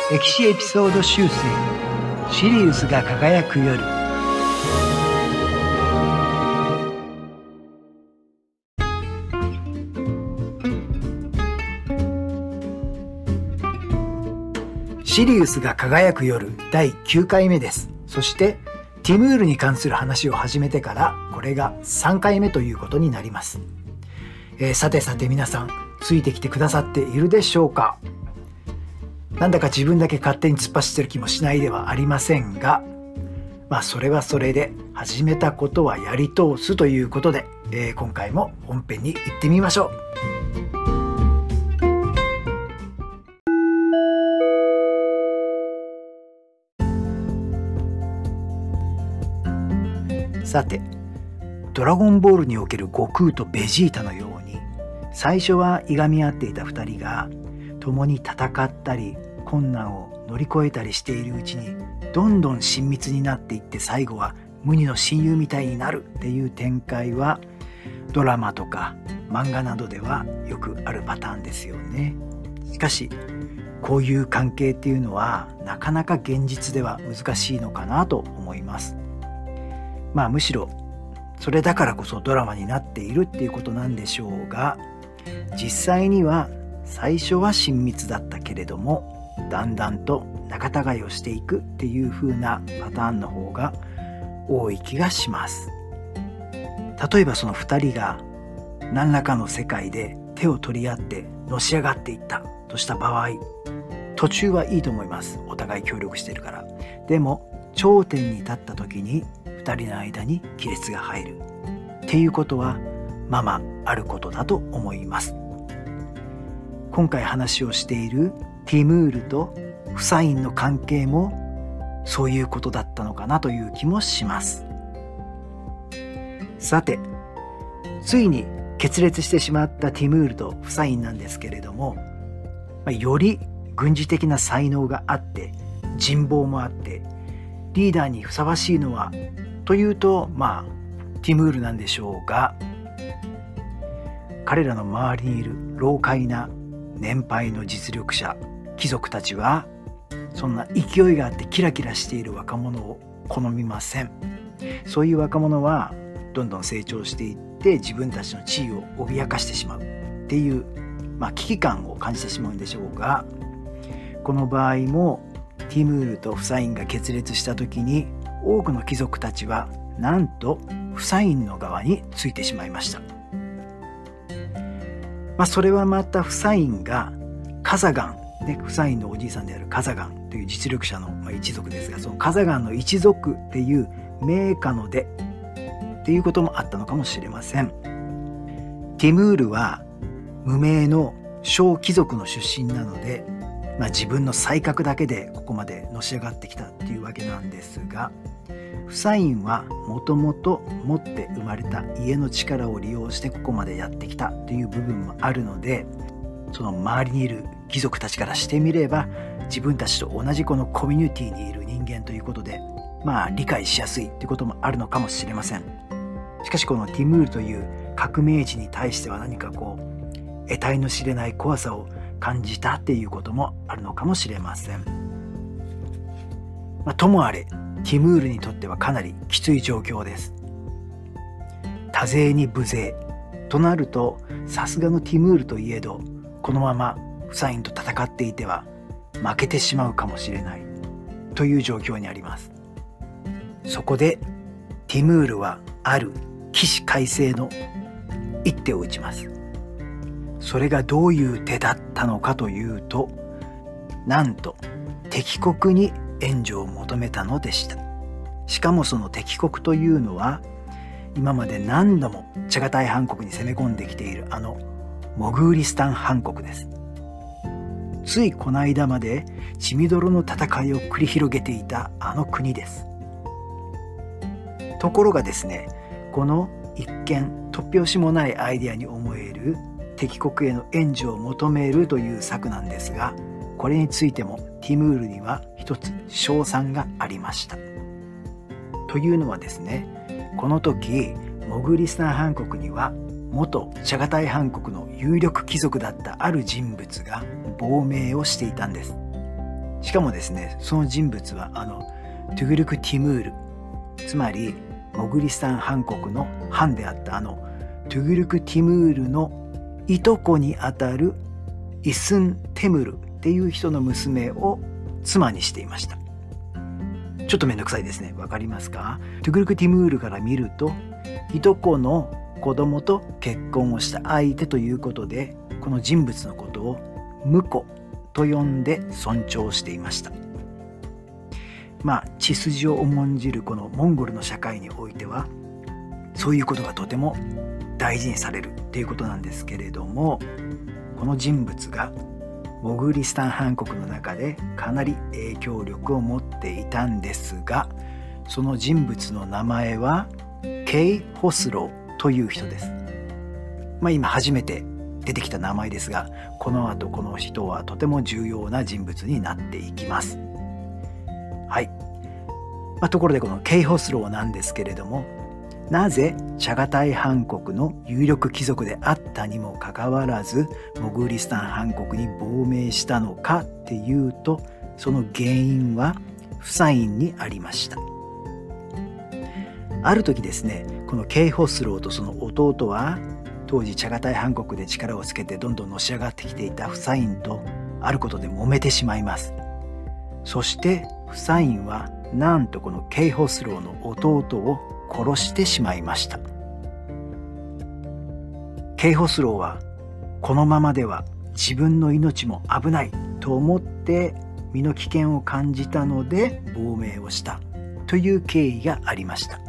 歴史エピソード修正シリウスが輝く夜。シリウスが輝く夜第9回目です。そしてティムールに関する話を始めてからこれが3回目ということになります。さて皆さんついてきてくださっているでしょうか。なんだか自分だけ勝手に突っ走ってる気もしないではありませんが、それはそれで始めたことはやり通すということで、今回も本編に行ってみましょう。さて、ドラゴンボールにおける悟空とベジータのように、最初はいがみ合っていた2人が共に戦ったり困難を乗り越えたりしているうちにどんどん親密になっていって、最後は無二の親友みたいになるっていう展開はドラマとか漫画などではよくあるパターンですよね。しかしこういう関係っていうのはなかなか現実では難しいのかなと思います。むしろそれだからこそドラマになっているっていうことなんでしょうが、実際には最初は親密だったけれどもだんだんと仲違いをしていくっていう風なパターンの方が多い気がします。例えばその2人が何らかの世界で手を取り合ってのし上がっていったとした場合、途中はいいと思います。お互い協力しているから。でも頂点に立った時に2人の間に亀裂が入るっていうことはあることだと思います。今回話をしているティムールとフサインの関係もそういうことだったのかなという気もします。さて、ついに決裂してしまったティムールとフサインなんですけれども、より軍事的な才能があって人望もあってリーダーにふさわしいのはというとティムールなんでしょうが、彼らの周りにいる老快な年配の実力者貴族たちはそんな勢いがあってキラキラしている若者を好みません。そういう若者はどんどん成長していって自分たちの地位を脅かしてしまうっていう、危機感を感じてしまうんでしょうが、この場合もティムールとフサインが決裂した時に多くの貴族たちはなんとフサインの側についてしまいました。それはまたフサインがカザガン、フサインのおじいさんであるカザガンという実力者の一族ですが、そのカザガンの一族っていう名家の出っていうこともあったのかもしれません。ティムールは無名の小貴族の出身なので、自分の才覚だけでここまでのし上がってきたっていうわけなんですが、フサインはもともと持って生まれた家の力を利用してここまでやってきたという部分もあるので、その周りにいる貴族たちからしてみれば自分たちと同じこのコミュニティにいる人間ということで理解しやすいということもあるのかもしれません。しかしこのティムールという革命児に対しては何か得体の知れない怖さを感じたっていうこともあるのかもしれません。ともあれティムールにとってはかなりきつい状況です。多勢に無勢となると、さすがのティムールといえどこのままフサインと戦っていては負けてしまうかもしれないという状況にあります。そこでティムールはある起死回生の一手を打ちます。それがどういう手だったのかというと、なんと敵国に援助を求めたのでした。しかもその敵国というのは今まで何度もチャガタイ汗国に攻め込んできているモグーリスタン汗国です。ついこの間まで血みどろの戦いを繰り広げていた国です。ところがですね、この一見突拍子もないアイデアに思える敵国への援助を求めるという策なんですが、これについてもティムールには一つ勝算がありました。というのはですね、この時モグリスタン汗国には元チャガタイ汗国の有力貴族だったある人物が亡命をしていたんです。 しかもですね、その人物はトゥグルク・ティムール、つまりモグリスタン汗国の汗であったトゥグルク・ティムールのいとこにあたるイスン・テムルっていう人の娘を妻にしていました。ちょっとめんどくさいですね。わかりますか？トゥグルク・ティムールから見ると、いとこの子供と結婚をした相手ということで、この人物のことを婿と呼んで尊重していました。血筋を重んじるこのモンゴルの社会においては、そういうことがとても大事にされるっていうことなんですけれども、この人物がモグリスタン汗国の中でかなり影響力を持っていたんですが、その人物の名前はケイ・ホスローという人です。今初めて出てきた名前ですが、この後この人はとても重要な人物になっていきます。はい。ところでこのケイ・ホスローなんですけれども、なぜチャガタイ汗国の有力貴族であったにもかかわらずモグリスタン汗国に亡命したのかっていうと、その原因はフサインにありました。ある時ですね、このケイ・ホスローとその弟は当時チャガタイ汗国で力をつけてどんどんのし上がってきていたフサインとあることで揉めてしまいます。そしてフサインはなんとこのケイ・ホスローの弟を殺してしまいました。ケイ・ホスローはこのままでは自分の命も危ないと思って身の危険を感じたので亡命をしたという経緯がありました。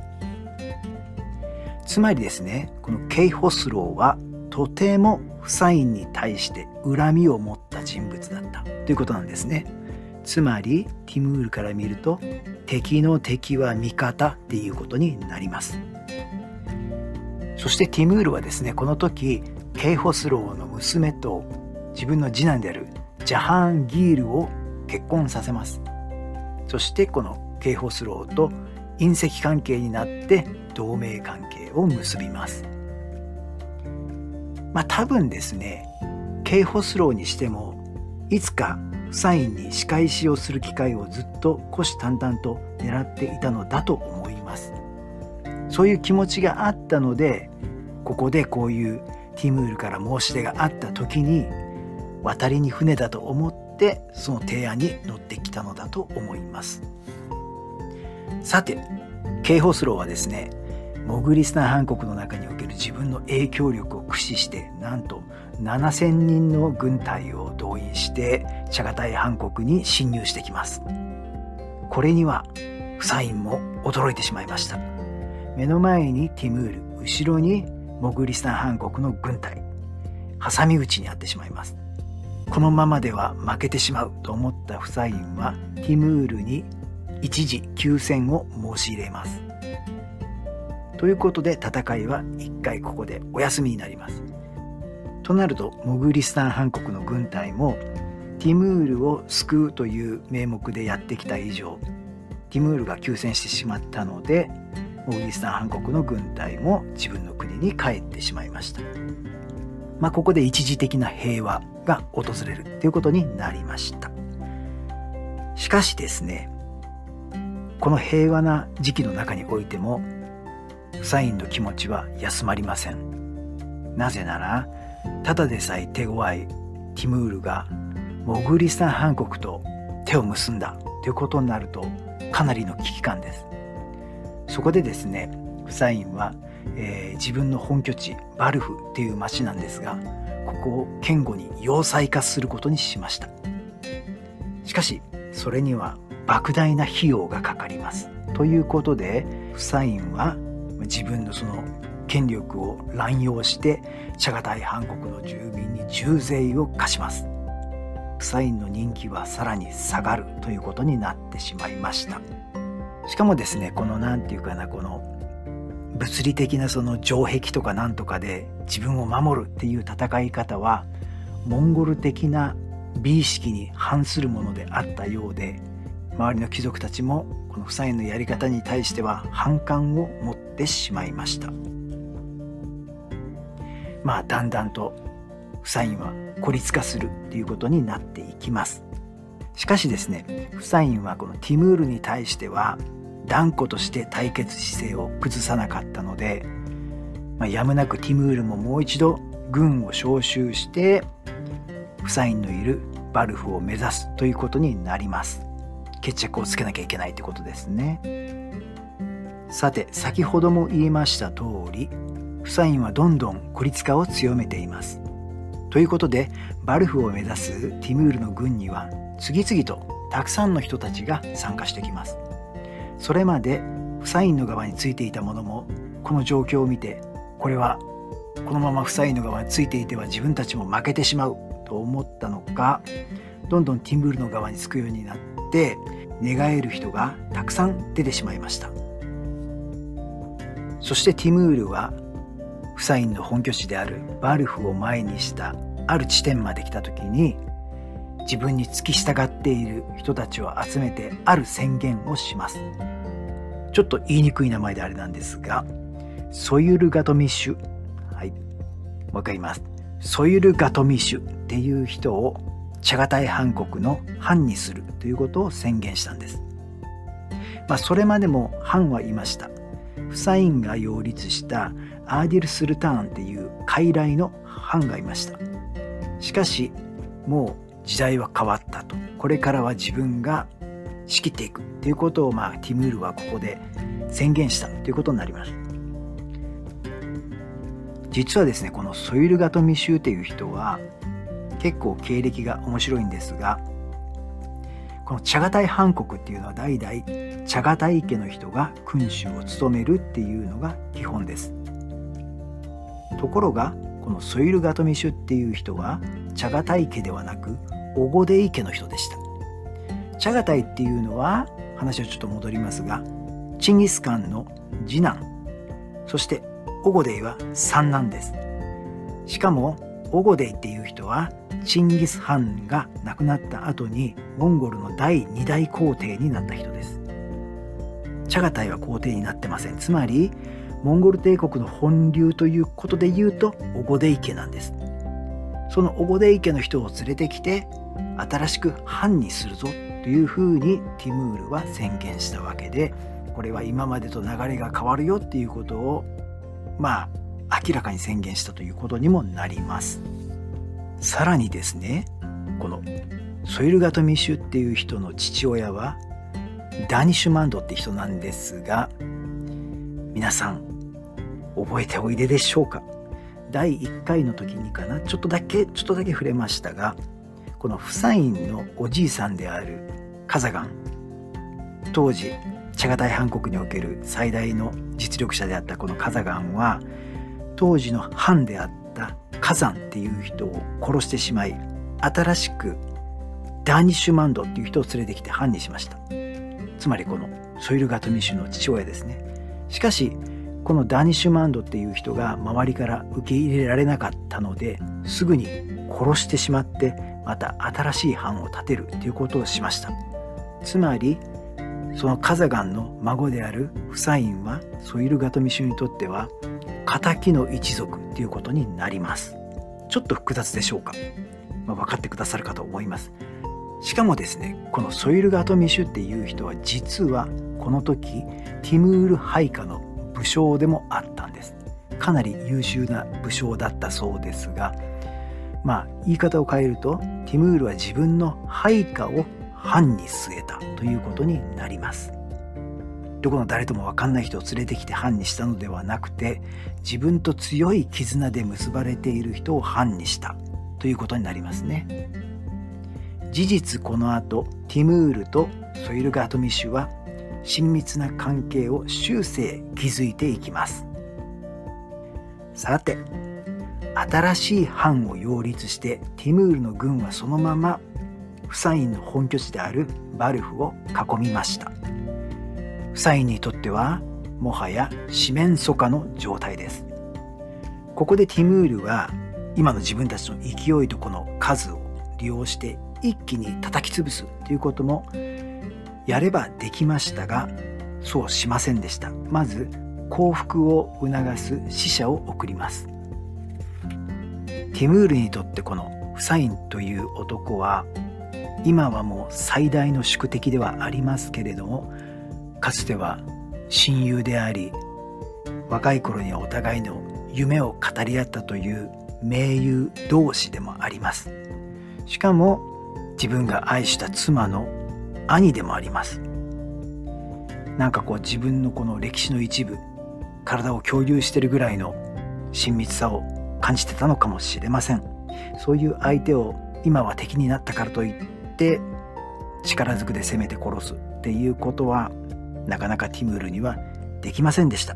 つまりですね、このケイ・ホスローはとてもフサインに対して恨みを持った人物だったということなんですね。つまりティムールから見ると、敵の敵は味方っていうことになります。そしてティムールはですね、この時ケイ・ホスローの娘と自分の次男であるジャハンギールを結婚させます。そしてこのケイ・ホスローと姻戚関係になって同盟関係を結びます。多分ですね、ケイ・ホスローにしてもいつかフサインに仕返しをする機会をずっと虎視眈々と狙っていたのだと思います。そういう気持ちがあったので、ここでこういうティムールから申し出があった時に渡りに船だと思ってその提案に乗ってきたのだと思います。さて、ケイ・ホスローはですね、モグリスタン汗国の中における自分の影響力を駆使してなんと7000人の軍隊を動員してチャガタイ汗国に侵入してきます。これにはフサインも驚いてしまいました。目の前にティムール、後ろにモグリスタン汗国の軍隊、挟み撃ちにあってしまいます。このままでは負けてしまうと思ったフサインはティムールに一時休戦を申し入れます。ということで戦いは一回ここでお休みになります。となるとモグリスタン汗国の軍隊もティムールを救うという名目でやってきた以上、ティムールが休戦してしまったのでモグリスタン汗国の軍隊も自分の国に帰ってしまいました。ここで一時的な平和が訪れるということになりました。しかしですね、この平和な時期の中においてもフサインの気持ちは休まりません。なぜならただでさえ手強いティムールがモグリスタン汗国と手を結んだということになるとかなりの危機感です。そこでですね、フサインは、自分の本拠地バルフっていう町なんですが、ここを堅固に要塞化することにしました。しかしそれには莫大な費用がかかります。ということでフサインは自分のその権力を乱用してチャガタイ汗国の住民に重税を課します。フサインの人気はさらに下がるということになってしまいました。しかもですね、このなんていうかな、この物理的なその城壁とかなんとかで自分を守るっていう戦い方はモンゴル的な美意識に反するものであったようで、周りの貴族たちもこのフサインのやり方に対しては反感を持ってしまいました。だんだんとフサインは孤立化するということになっていきます。 しかしですね、フサインはこのティムールに対しては断固として対決姿勢を崩さなかったので、やむなくティムールももう一度軍を招集してフサインのいるバルフを目指すということになります。決着をつけなきゃいけないということですね。さて、先ほども言いました通り、フサインはどんどん孤立化を強めています。ということで、バルフを目指すティムールの軍には次々とたくさんの人たちが参加してきます。それまでフサインの側についていた者もこの状況を見て、これはこのままフサインの側についていては自分たちも負けてしまうと思ったのか、どんどんティムールの側につくようになって寝返る人がたくさん出てしまいました。そしてティムールはフサインの本拠地であるバルフを前にしたある地点まで来た時に、自分に付き従っている人たちを集めてある宣言をします。ちょっと言いにくい名前であれなんですが、ソユルガトミシュ、はい、もう一回言います。ソユルガトミシュっていう人をチャガタイ汗国の藩にするということを宣言したんです。それまでも藩はいました。フサインが擁立したアーディル・スルターンっていう傀儡の藩がいました。しかしもう時代は変わったと。これからは自分が仕切っていくということをティムールはここで宣言したということになります。実はですね、このソユルガトミシュという人は結構経歴が面白いんですが、このチャガタイ汗国っていうのは代々チャガタイ家の人が君主を務めるっていうのが基本です。ところがこのソユルガトミシュっていう人はチャガタイ家ではなくオゴデイ家の人でした。チャガタイっていうのは、話はちょっと戻りますが、チンギス・カンの次男、そしてオゴデイは三男です。しかもオゴデイっていう人はチンギス・ハンが亡くなった後にモンゴルの第2代皇帝になった人です。チャガタイは皇帝になってません。つまりモンゴル帝国の本流ということで言うとオゴデイ家なんです。そのオゴデイ家の人を連れてきて新しく藩にするぞというふうにティムールは宣言したわけで、これは今までと流れが変わるよっていうことを明らかに宣言したということにもなります。さらにですね、このソユルガトミシュっていう人の父親はダニシュマンドって人なんですが、皆さん覚えておいででしょうか。第1回の時にかな、ちょっとだけ触れましたが、このフサインのおじいさんであるカザガン、当時チャガタイ汗国における最大の実力者であったこのカザガンは、当時の藩であったカザンっていう人を殺してしまい、新しくダニシュマンドっていう人を連れてきて藩にしました。つまりこのソユルガトミシュの父親ですね。しかしこのダニシュマンドっていう人が周りから受け入れられなかったので、すぐに殺してしまってまた新しい藩を建てるということをしました。つまりそのカザガンの孫であるフサインはソユルガトミシュにとっては仇の一族ということになります。ちょっと複雑でしょうか。分かってくださるかと思います。しかもですね、このソユルガトミシュっていう人は実はこの時ティムール配下の武将でもあったんです。かなり優秀な武将だったそうですが、言い方を変えるとティムールは自分の配下を藩に据えたということになります。どこの誰とも分かんない人を連れてきて藩にしたのではなくて、自分と強い絆で結ばれている人を藩にしたということになりますね。事実この後ティムールとソユルガトミシュは親密な関係を終生築いていきます。さて、新しい藩を擁立してティムールの軍はそのままフサインの本拠地であるバルフを囲みました。フサインにとってはもはや四面楚歌の状態です。ここでティムールは今の自分たちの勢いとこの数を利用して一気に叩き潰すということもやればできましたが、そうしませんでした。まず降伏を促す使者を送ります。ティムールにとってこのフサインという男は今はもう最大の宿敵ではありますけれども、かつては親友であり、若い頃にはお互いの夢を語り合ったという盟友同士でもあります。しかも自分が愛した妻の兄でもあります。なんか自分のこの歴史の一部、体を共有しているぐらいの親密さを感じてたのかもしれません。そういう相手を今は敵になったからといって力ずくで攻めて殺すっていうことはなかなかティムールにはできませんでした。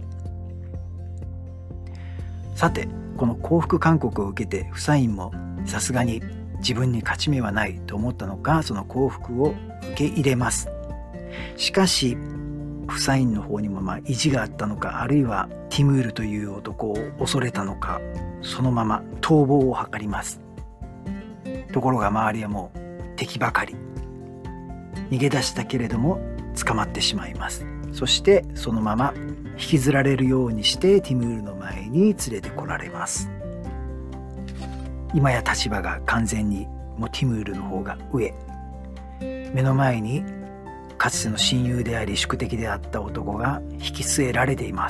さて、この降伏勧告を受けてフサインもさすがに自分に勝ち目はないと思ったのか、その降伏を受け入れます。しかしフサインの方にも意地があったのか、あるいはティムールという男を恐れたのか、そのまま逃亡を図ります。ところが周りはもう敵ばかり。逃げ出したけれども捕まってしまいます。そしてそのまま引きずられるようにしてティムールの前に連れてこられます。今や立場が完全にもうティムールの方が上。目の前にかつての親友であり宿敵であった男が引き据えられています。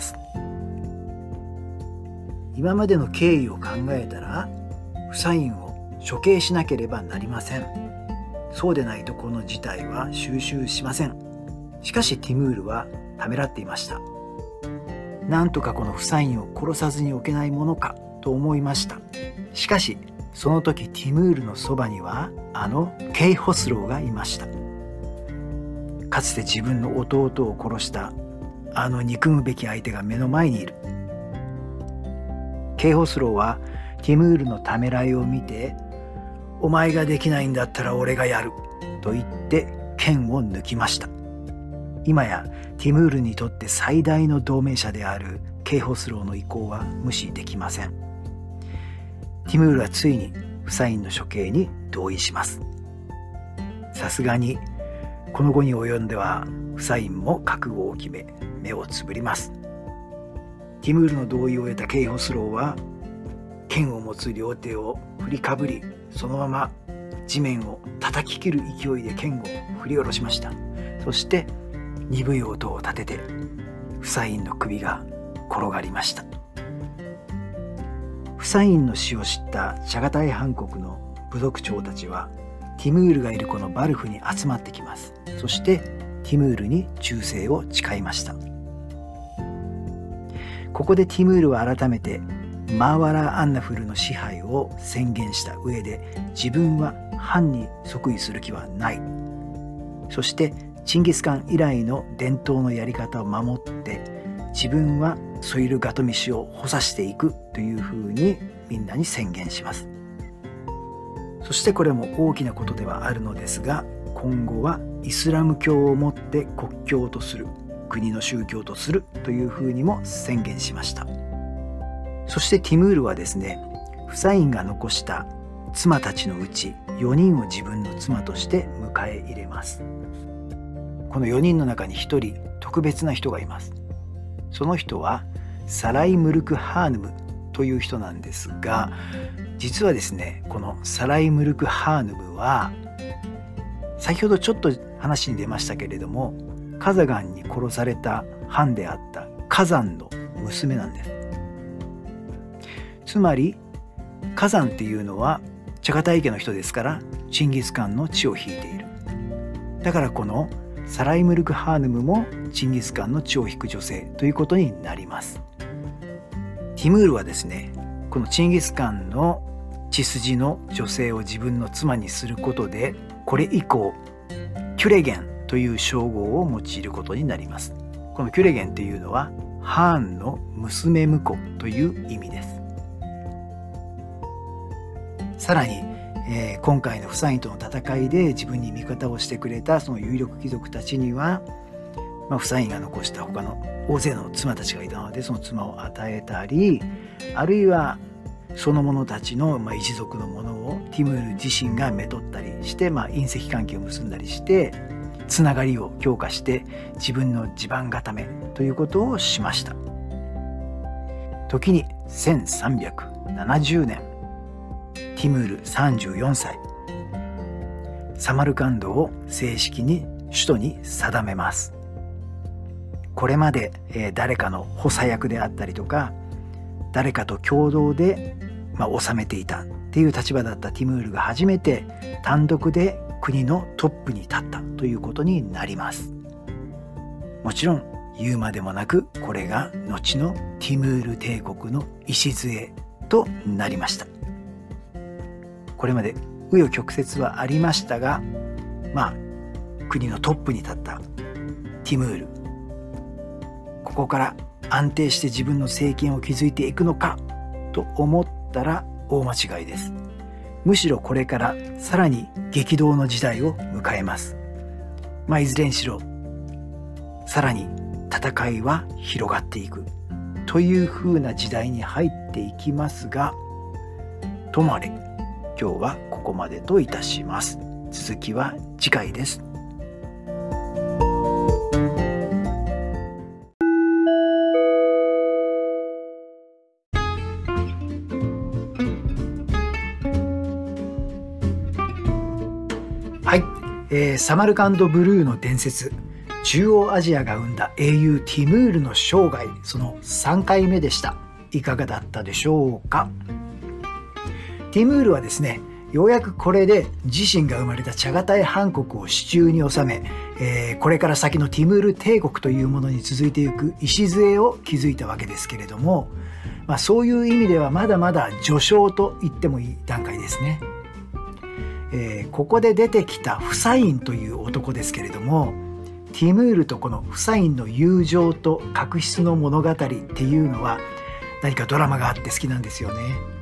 今までの経緯を考えたらフサインを処刑しなければなりません。そうでないとこの事態は収拾しません。しかしティムールはためらっていました。なんとかこのフサインを殺さずにおけないものかと思いました。しかしその時ティムールのそばにはあのケイ・ホスローがいました。かつて自分の弟を殺したあの憎むべき相手が目の前にいる。ケイ・ホスローはティムールのためらいを見て、お前ができないんだったら俺がやると言って剣を抜きました。今やティムールにとって最大の同盟者であるケイ・ホスローの意向は無視できません。ティムールはついにフサインの処刑に同意します。さすがにこの後に及んではフサインも覚悟を決め目をつぶります。ティムールの同意を得たケイ・ホスローは剣を持つ両手を振りかぶり、そのまま地面を叩き切る勢いで剣を振り下ろしました。そして鈍い音を立ててフサインの首が転がりました。フサインの死を知ったチャガタイ汗国の部族長たちはティムールがいるこのバルフに集まってきます。そしてティムールに忠誠を誓いました。ここでティムールは改めてマーワラ・アンナフルの支配を宣言した上で、自分は藩に即位する気はない。そしてチンギス・カン以来の伝統のやり方を守って自分はソイル・ガトミ氏を補佐していくというふうにみんなに宣言します。そしてこれも大きなことではあるのですが、今後はイスラム教をもって国教とする、国の宗教とするというふうにも宣言しました。そしてティムールはですね、フサインが残した妻たちのうち4人を自分の妻として迎え入れます。この4人の中に1人特別な人がいます。その人はサライ・ムルク・ハーヌムという人なんですが、実はですね、このサライ・ムルク・ハーヌムは先ほどちょっと話に出ましたけれども、カザガンに殺された藩であったカザンの娘なんです。つまりカザンっていうのはチャガタイ家の人ですから、チンギス・カンの血を引いている。だからこのサライ・ムルク・ハーヌムもチンギス・カンの血を引く女性ということになります。ティムールはですね、このチンギス・カンの血筋の女性を自分の妻にすることで、これ以降キュレゲンという称号を用いることになります。このキュレゲンというのはハーンの娘婿という意味です。さらに、今回のフサインとの戦いで自分に味方をしてくれたその有力貴族たちには、フサインが残した他の大勢の妻たちがいたので、その妻を与えたり、あるいはその者たちの一族のものをティムール自身がめとったりして、隕石関係を結んだりしてつながりを強化して自分の地盤固めということをしました。時に1370年、ティムール34歳、 サマルカンドを正式に首都に定めます。これまで、誰かの補佐役であったりとか、誰かと共同で、治めていたっていう立場だったティムールが初めて単独で国のトップに立ったということになります。もちろん言うまでもなく、これが後のティムール帝国の礎となりました。これまで紆余曲折はありましたが、国のトップに立ったティムール、ここから安定して自分の政権を築いていくのかと思ったら大間違いです。むしろこれからさらに激動の時代を迎えます。いずれにしろさらに戦いは広がっていくという風な時代に入っていきますが、ともあれ今日はここまでといたします。続きは次回です。はい、サマルカンドブルーの伝説、中央アジアが生んだ英雄ティムールの生涯、その3回目でした。いかがだったでしょうか。ティムールはですね、ようやくこれで自身が生まれたチャガタイ汗国を手中に収め、これから先のティムール帝国というものに続いていく礎を築いたわけですけれども、そういう意味ではまだまだ序章と言ってもいい段階ですね。ここで出てきたフサインという男ですけれども、ティムールとこのフサインの友情と確執の物語っていうのは何かドラマがあって好きなんですよね。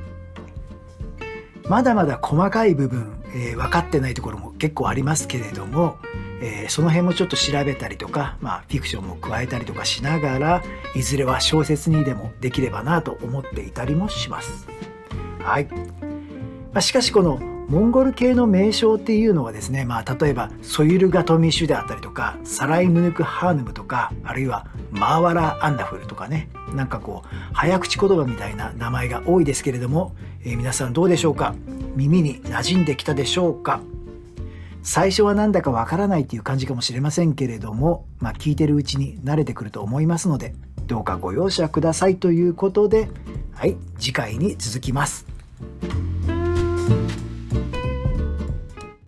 まだまだ細かい部分、分かってないところも結構ありますけれども、その辺もちょっと調べたりとか、フィクションも加えたりとかしながら、いずれは小説にでもできればなと思っていたりもします。はい。しかしこのモンゴル系の名称っていうのはですね、例えばソユルガトミシュであったりとか、サライムヌクハーヌムとか、あるいはマーワラ・アンナフルとかね、早口言葉みたいな名前が多いですけれども、皆さんどうでしょうか。耳に馴染んできたでしょうか。最初はなんだかわからないっていう感じかもしれませんけれども、聞いてるうちに慣れてくると思いますので、どうかご容赦くださいということで、はい、次回に続きます。